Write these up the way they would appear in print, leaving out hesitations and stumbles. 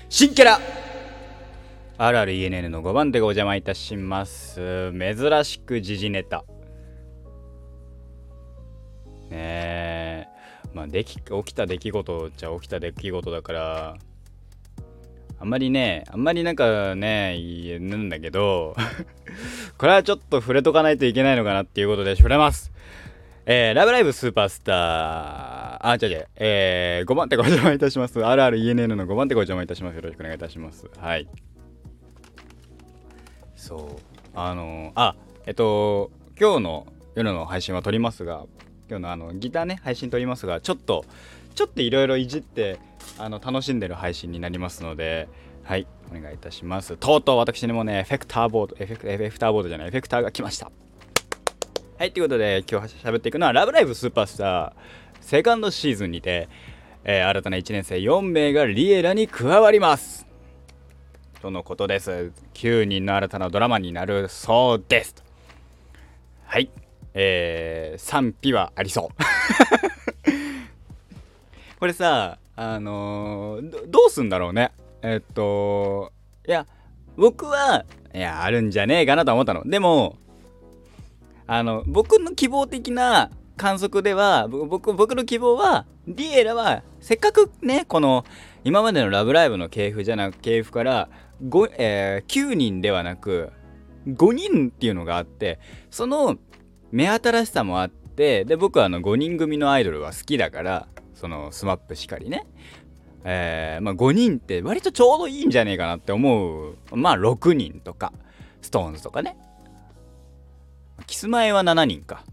新キャラ RRENN の5番手がお邪魔いたします。珍しく時事ネタねえ、まあ起きた出来事じゃ起きた出来事だからあんまりなんかね言うんだけどこれはちょっと触れとかないといけないのかなっていうことで触れます。ラブライブスーパースター5番手ご邪魔いたします。 RRENN の5番手ご邪魔いたします。よろしくお願いいたします。はい、そう今日の夜の配信は撮りますが、今日のギターね配信撮りますが、ちょっといろいろいじって楽しんでる配信になりますので、はい、お願いいたします。とうとう私にもねエフェクターが来ました。はい、ということで今日喋っていくのはラブライブスーパースターセカンドシーズンにて、新たな1年生4名がリエラに加わりますとのことです。9人の新たなドラマになるそうです。はい、賛否はありそうこれさどうすんだろうね。いや僕はいやあるんじゃねえかなと思ったの。でも僕の希望的な観測では僕の希望はリエラはせっかくねこの今までのラブライブの系譜から9人ではなく5人っていうのがあって、その目新しさもあって、で僕は5人組のアイドルは好きだから、そのスマップしかりね、5人って割とちょうどいいんじゃねえかなって思う。まあ6人とかストーンズとかね、キスマイは7人か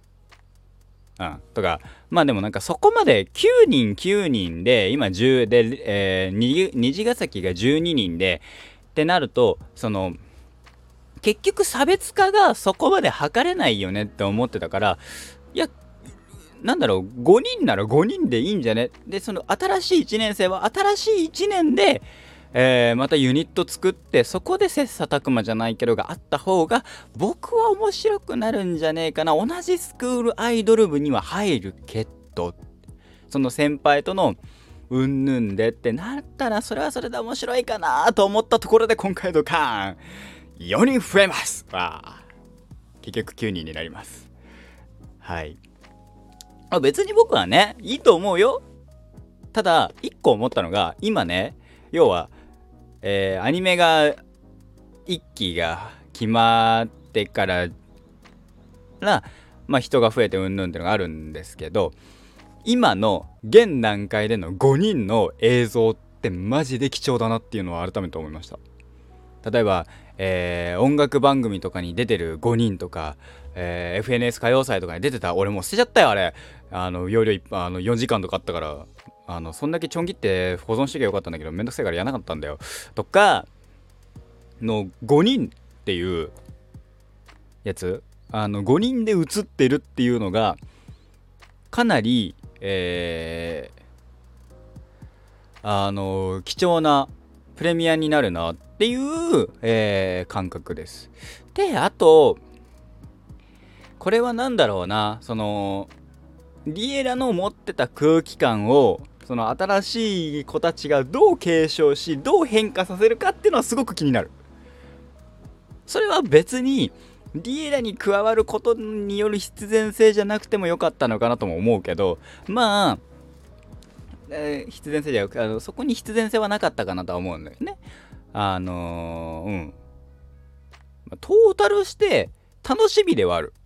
とか、まあでもなんかそこまで9人で今10で、虹ヶ崎が12人でってなると、その結局差別化がそこまで測れないよねって思ってたから、いやなんだろう、5人なら5人でいいんじゃね。でその新しい1年生は新しい1年でまたユニット作って、そこで切磋琢磨じゃないけどがあった方が僕は面白くなるんじゃねえかな。同じスクールアイドル部には入るけど、その先輩とのうんぬんでってなったら、それはそれで面白いかなと思ったところで、今回ドカーン4人増えます。結局9人になります。はい、別に僕はねいいと思うよ。ただ1個思ったのが、今ね要はアニメが1期が決まってからまあ人が増えてうんぬんっていうのがあるんですけど、今の現段階での5人の映像ってマジで貴重だなっていうのを改めて思いました。例えば、音楽番組とかに出てる5人とか、FNS 歌謡祭とかに出てた、俺もう捨てちゃったよあれ。容量4時間とかあったから、そんだけちょん切って保存しときゃよかったんだけど、めんどくさいからやらなかったんだよとかの5人っていうやつ、5人で映ってるっていうのがかなり貴重なプレミアになるなっていう、感覚です。で、あとこれは何だろうな、そのリエラの持ってた空気感をその新しい子たちがどう継承し、どう変化させるかっていうのはすごく気になる。それは別にリエラに加わることによる必然性じゃなくてもよかったのかなとも思うけど、まあ必然性じゃそこに必然性はなかったかなとは思うんだよね。トータルして楽しみではある。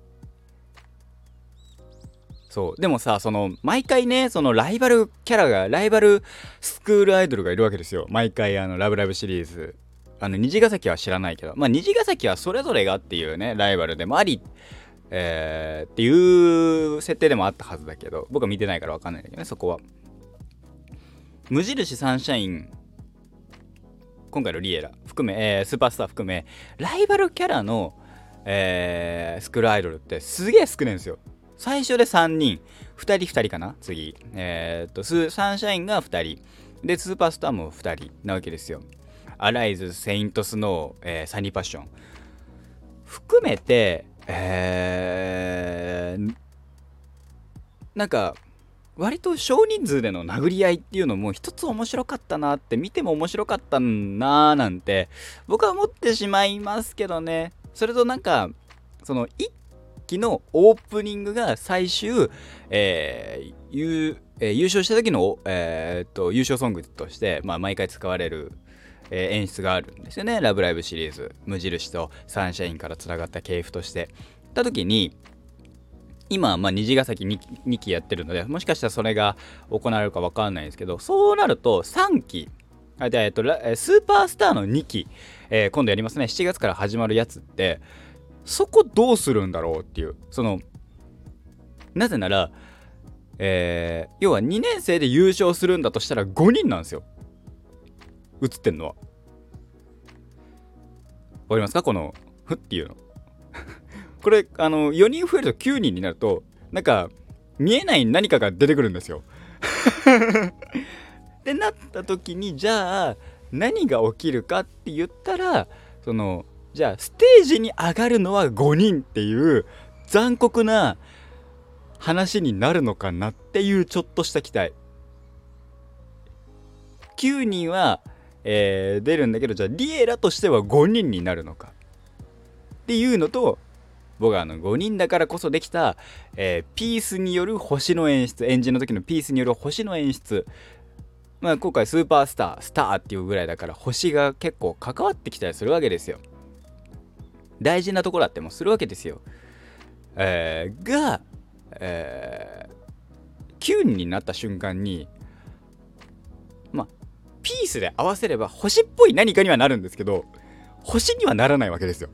そうでもさ、その毎回ね、そのライバルスクールアイドルがいるわけですよ。毎回ラブライブシリーズ、虹ヶ崎は知らないけど、まあ虹ヶ崎はそれぞれがっていうねライバルでもあり、っていう設定でもあったはずだけど、僕は見てないから分かんないんだけどね、そこは。無印サンシャイン、今回のリエラ含め、スーパースター含めライバルキャラの、スクールアイドルってすげえ少ないんですよ。最初で3人2人かな。次サンシャインが2人で、スーパースターも2人なわけですよ。アライズ、セイントスノー、サニーパッション含めて、なんか割と少人数での殴り合いっていうのも一つ面白かったなって、見ても面白かったなーなんて僕は思ってしまいますけどね。それとなんかその一期のオープニングが最終、優勝した時の、優勝ソングとして、毎回使われる、演出があるんですよね。ラブライブシリーズ、無印とサンシャインからつながった系譜としてた時に、今虹ヶ崎 2期やってるので、もしかしたらそれが行われるか分かんないんですけど、そうなると3期スーパースターの2期、今度やりますね。7月から始まるやつって、そこどうするんだろうっていう、なぜなら、要は2年生で優勝するんだとしたら5人なんですよ、映ってんのは。わかりますか、このふっていうのこれ4人増えると9人になると、なんか見えない何かが出てくるんですよってなった時に、じゃあ何が起きるかって言ったら、じゃあステージに上がるのは5人っていう残酷な話になるのかなっていうちょっとした期待。9人は、出るんだけど、じゃあリエラとしては5人になるのかっていうのと、僕は5人だからこそできた、ピースによる星の演出、演じの時のピースによる星の演出、今回スーパースターっていうぐらいだから、星が結構関わってきたりするわけですよ。大事なところだってもするわけですよ。9人になった瞬間に、ピースで合わせれば星っぽい何かにはなるんですけど、星にはならないわけですよ。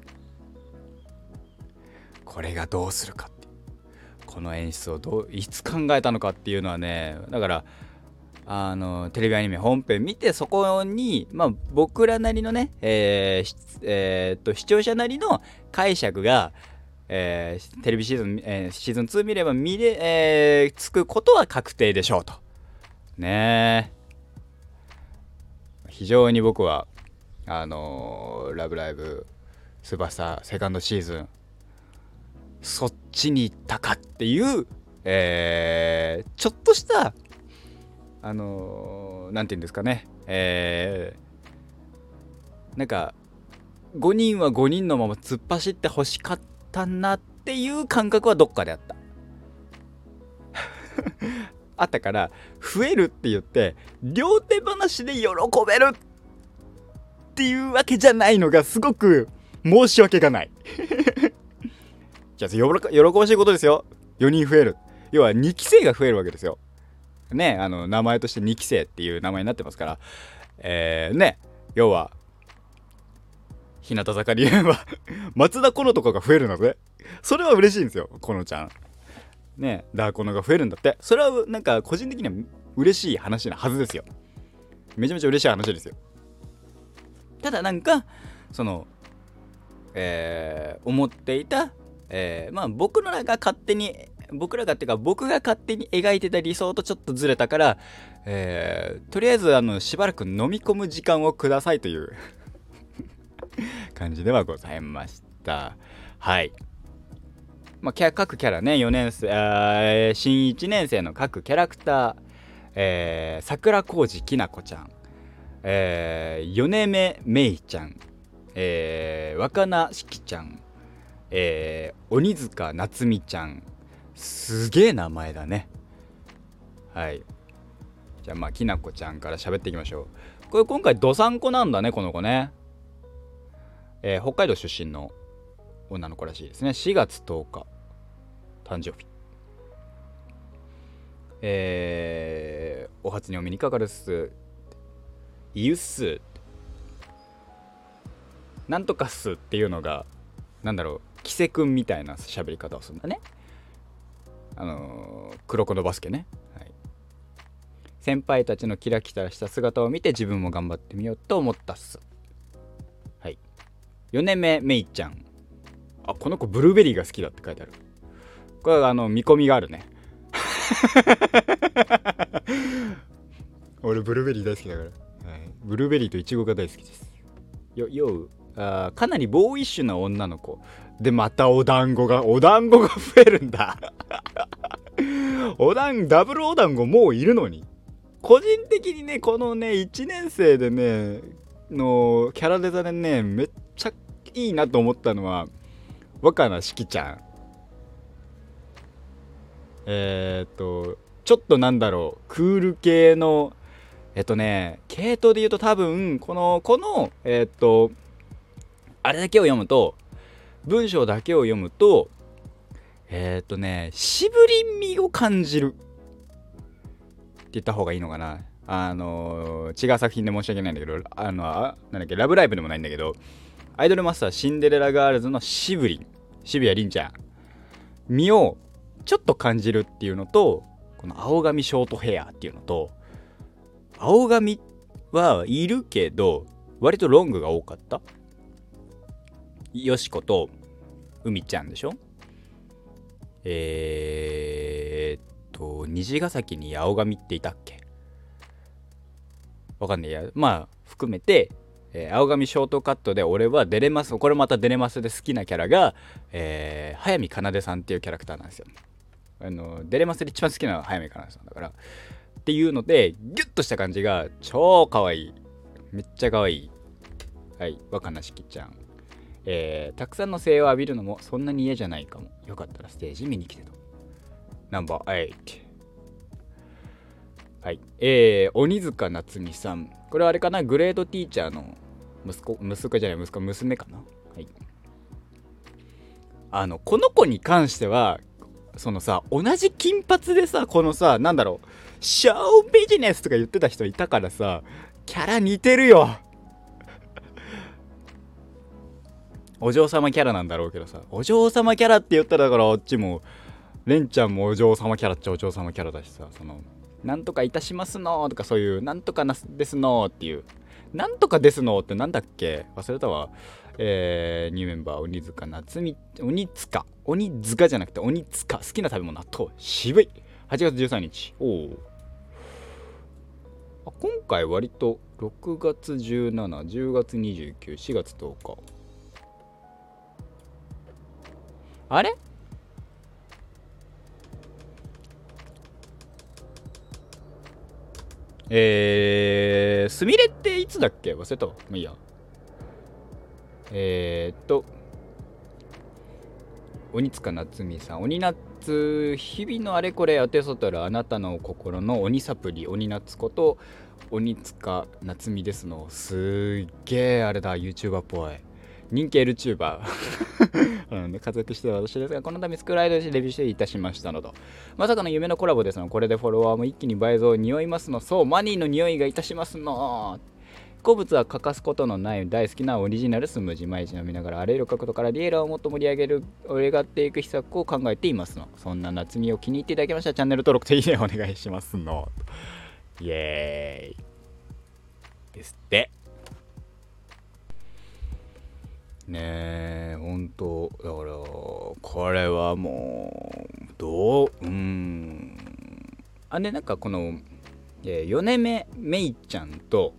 これがどうするかって、この演出をいつ考えたのかっていうのはね、だからテレビアニメ本編見て、そこに僕らなりのね、視聴者なりの解釈が、テレビシーズン、シーズン2見ればつくことは確定でしょうとね。非常に僕はラブライブスーパースターセカンドシーズン、そっちに行ったかっていう、ちょっとしたなんていうんですかね、なんか5人は5人のまま突っ走って欲しかったなっていう感覚はどっかであったあったから、増えるって言って両手話で喜べるっていうわけじゃないのがすごく申し訳がないじゃあ喜ばしいことですよ。4人増える、要は2期生が増えるわけですよね。名前として2期生っていう名前になってますから、ね、要は日向坂に言えば松田好乃とかが増えるので、それは嬉しいんですよ。好乃ちゃんね、ダーコノが増えるんだって、それはなんか個人的には嬉しい話なはずですよ。めちゃめちゃ嬉しい話ですよ。ただなんか思っていた、僕が勝手に描いてた理想とちょっとずれたから、とりあえずしばらく飲み込む時間をくださいという感じではございました。はい。各キャラね、4年生、新1年生の各キャラクター、桜小路きなこちゃん、米目めいちゃん、若菜しきちゃん、鬼塚夏美ちゃん、すげえ名前だね。はい。じゃあきなこちゃんから喋っていきましょう。これ今回どさんこなんだね、この子ね。北海道出身の女の子らしいですね。4月10日誕生日。お初にお目にかかるっす。いゆっす。なんとかっすっていうのが、なんだろう、キセ君みたいな喋り方をするんだね。黒子のバスケね。はい、先輩たちのキラキラした姿を見て自分も頑張ってみようと思ったっす。はい。4年目めいちゃん。あ、この子ブルーベリーが好きだって書いてある。これは見込みがあるね俺ブルーベリー大好きだから、はい、ブルーベリーとイチゴが大好きです。かなりボーイッシュな女の子で、またお団子が増えるんだダブルお団子もういるのに。個人的にね、このね、1年生でね、のキャラデザでね、めっちゃいいなと思ったのは、若菜しきちゃん。ちょっとなんだろう、クール系の、系統で言うと多分、あれだけを読むと、文章だけを読むと、しぶりみを感じるって言った方がいいのかな。違う作品で申し訳ないんだけど、なんだっけ、ラブライブでもないんだけど、アイドルマスターシンデレラガールズの渋谷凛ちゃん、身をちょっと感じるっていうのと、この青髪ショートヘアっていうのと、青髪はいるけど、割とロングが多かった。よしこと海ちゃんでしょ。虹ヶ崎に青髪っていたっけ、わかんないや、まあ含めて、青髪ショートカットで俺はデレマス、これまたデレマスで好きなキャラが、早見奏さんっていうキャラクターなんですよ。デレマスで一番好きなのは早見奏さんだからっていうので、ギュッとした感じが超可愛い、めっちゃ可愛い。はい、若菜しきちゃん、たくさんの声援を浴びるのもそんなに嫌じゃないかも。よかったらステージ見に来てと。ナンバー8。はい、鬼塚夏美さん。これはあれかな、グレードティーチャーの娘かな。はい。この子に関しては、そのさ、同じ金髪でさ、このさ、なんだろう、ショービジネスとか言ってた人いたからさ、キャラ似てるよ。お嬢様キャラなんだろうけどさ、お嬢様キャラって言ったら、だからあっちもレンちゃんもお嬢様キャラっちゃお嬢様キャラだしさ、そのなんとかいたしますのとか、そういうなんとかですのっていう、なんとかですのってなんだっけ、忘れたわ。ニューメンバー鬼塚夏美、鬼塚じゃなくて鬼塚。好きな食べ物納豆。渋い。8月13日。今回割と6月17、10月29、4月10日。あれ、すみれっていつだっけ、忘れたわ。まあいいや。鬼塚夏美さん、鬼夏、日々のあれこれ当てそたるあなたの心の鬼サプリ、鬼夏こと鬼塚夏美ですの。すっげえあれだ、 YouTuber っぽい人気 YouTuber 活躍している私ですが、この度スクールアイドルでレビューしていたしましたのと、まさかの夢のコラボですの。これでフォロワーも一気に倍増、匂いますの。そう、マニーの匂いがいたしますの。好物は欠かすことのない大好きなオリジナルスムージー。毎日飲みながらあらゆる角度からリエラをもっと盛り上げる、俺がっていく秘策を考えていますの。そんな夏美を気に入っていただけましたらチャンネル登録といいねお願いしますの。イエーイですって。ねえ、ほんとだからこれはもうなんかこの、米目めいちゃんと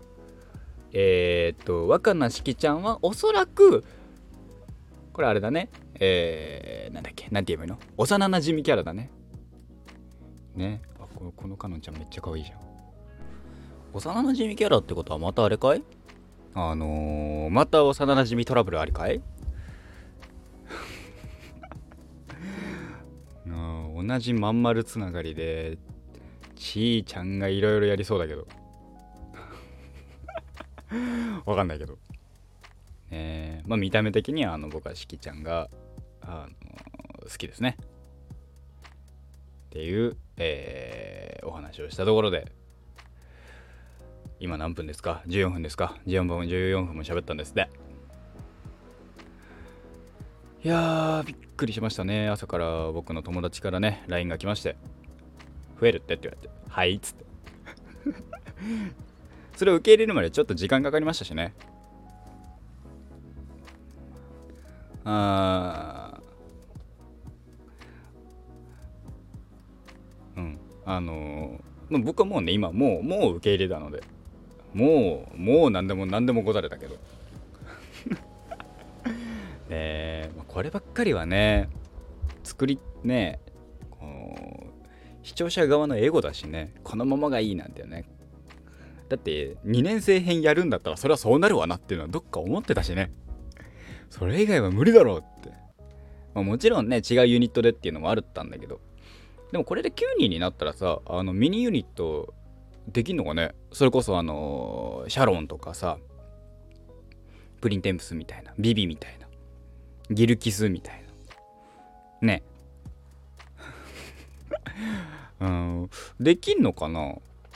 若菜しきちゃんはおそらくこれあれだね、なんだっけ、なんて言えばいいの、幼馴染キャラだね。ね、このかのんちゃんめっちゃ可愛いじゃん。幼馴染キャラってことはまたあれかい、また幼馴染トラブルありかい同じまん丸つながりでちーちゃんがいろいろやりそうだけどわかんないけど、まあ見た目的には僕はしきちゃんが好きですねっていう、お話をしたところで、今何分ですか、14分ですか、14分も喋ったんですね。いやー、びっくりしましたね。朝から僕の友達からね LINE が来まして、増えるって言われて、はいっつってそれを受け入れるまでちょっと時間かかりましたしね。僕はもうね、今もう受け入れたので、もう何でもござれたけどこればっかりはね、作りね、 視聴者側のエゴだしね、このままがいいなんてね。だって2年生編やるんだったらそれはそうなるわなっていうのはどっか思ってたしね。それ以外は無理だろうって。もちろんね、違うユニットでっていうのもあったんだけど、でもこれで9人になったらさ、ミニユニットできんのかね。それこそシャロンとかさ、プリンテンプスみたいな、ビビみたいな、ギルキスみたいなね。できんのかな。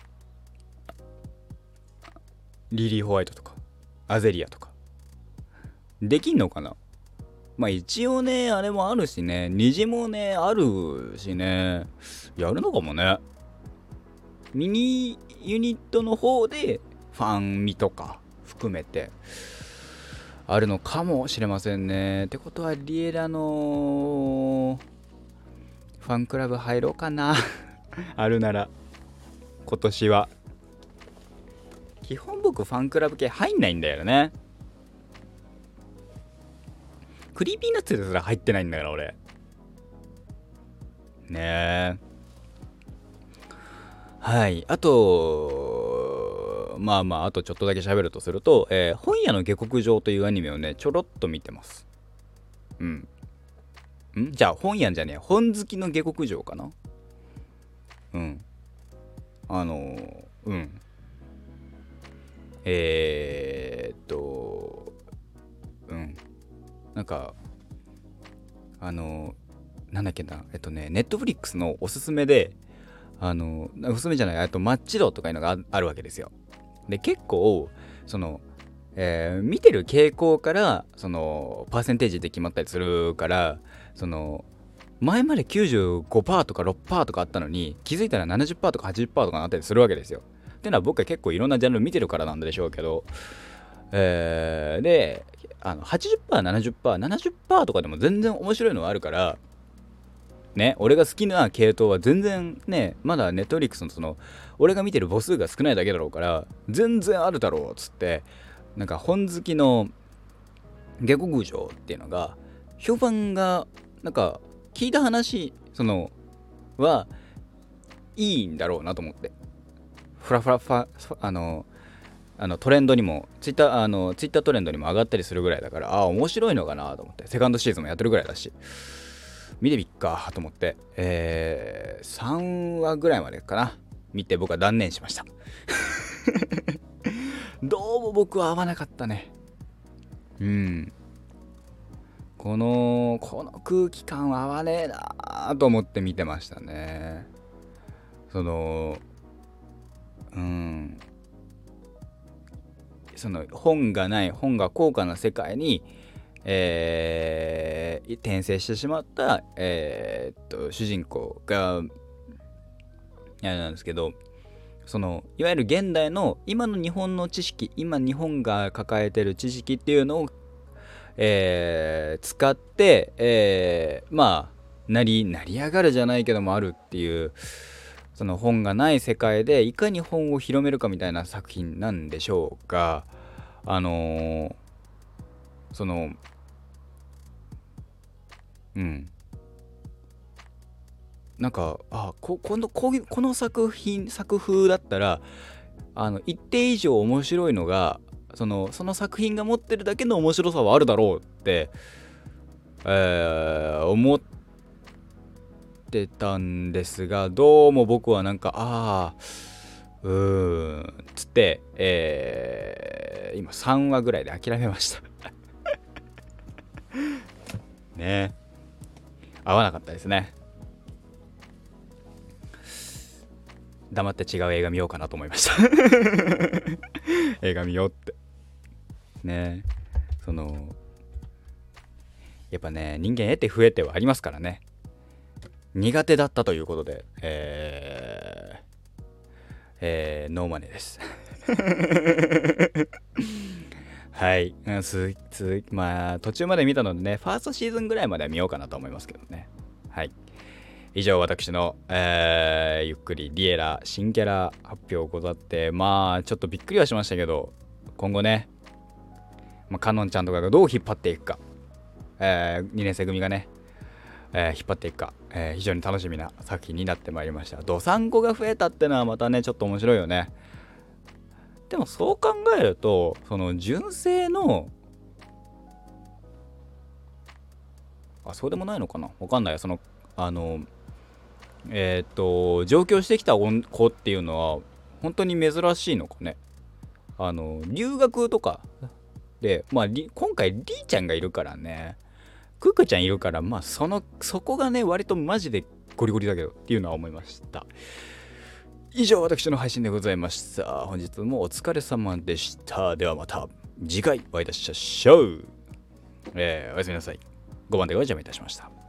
リリー・ホワイトとかアゼリアとかできんのかな。まあ一応ね、あれもあるしね、虹もねあるしね、やるのかもね。ミニユニットの方でファンミとか含めてあるのかもしれませんね。ってことはリエラのファンクラブ入ろうかな。あるなら今年は。基本僕ファンクラブ系入んないんだよね。クリーピーナッツですら入ってないんだから俺ねえ。はい。あとあとちょっとだけ喋るとすると、本屋の下克上というアニメをねちょろっと見てます。じゃあ本屋じゃねえ、本好きの下克上かな。なんかなんだっけな、ネットフリックスのおすすめで、おすすめじゃない、マッチ度とかいうのがあるわけですよ。で結構その、見てる傾向からそのパーセンテージで決まったりするから、その前まで 95% とか 6% とかあったのに気づいたら 70% とか 80% とかなったりするわけですよ。っていうのは僕は結構いろんなジャンル見てるからなんでしょうけど、で80%、70%、70% とかでも全然面白いのがあるからね、俺が好きな系統は全然ね、まだネットフリックスのその俺が見てる母数が少ないだけだろうから全然あるだろうっつって、なんか本好きの下克上っていうのが評判がなんか聞いた話はいいんだろうなと思って、フラフラファトレンドにもツイッタートレンドにも上がったりするぐらいだから、面白いのかなと思って、セカンドシーズンもやってるぐらいだし見てみっかと思って、3話ぐらいまでかな見て僕は断念しました。どうも僕は合わなかったね。この空気感は合わねえなと思って見てましたね。その本が高価な世界に、転生してしまった、主人公がなんですけど、いわゆる現代の今の日本の知識、今日本が抱えてる知識っていうのを、使って、成り上がるじゃないけどもあるっていう、その本がない世界でいかに本を広めるかみたいな作品なんでしょうが、なんかこの作風だったら一定以上面白いのがその作品が持ってるだけの面白さはあるだろうって、思ってたんですが、どうも僕はなんかつって、今3話ぐらいで諦めました。ね、合わなかったですね。黙って違う映画見ようかなと思いました。映画見ようってね。やっぱね、人間得て増えてはありますからね。苦手だったということで、ノーマネです。はい、途中まで見たのでね、ファーストシーズンぐらいまでは見ようかなと思いますけどね。はい、以上私の、ゆっくりリエラ新キャラ発表ござって、ちょっとびっくりはしましたけど、今後ね、カノンちゃんとかがどう引っ張っていくか、2年生組がね、引っ張っていくか、 非常に楽しみな作品になってまいりました。ドサンコが増えたってのはまたねちょっと面白いよね。でもそう考えるとその純正のそうでもないのかな、わかんない。上京してきた子っていうのは本当に珍しいのかね。留学とかで、今回リーちゃんがいるからね、ククちゃんいるから、そこがね割とマジでゴリゴリだけどっていうのは思いました。以上、私の配信でございました。本日もお疲れ様でした。ではまた次回お会いいたしましょう。おやすみなさい。5番でお邪魔いたしました。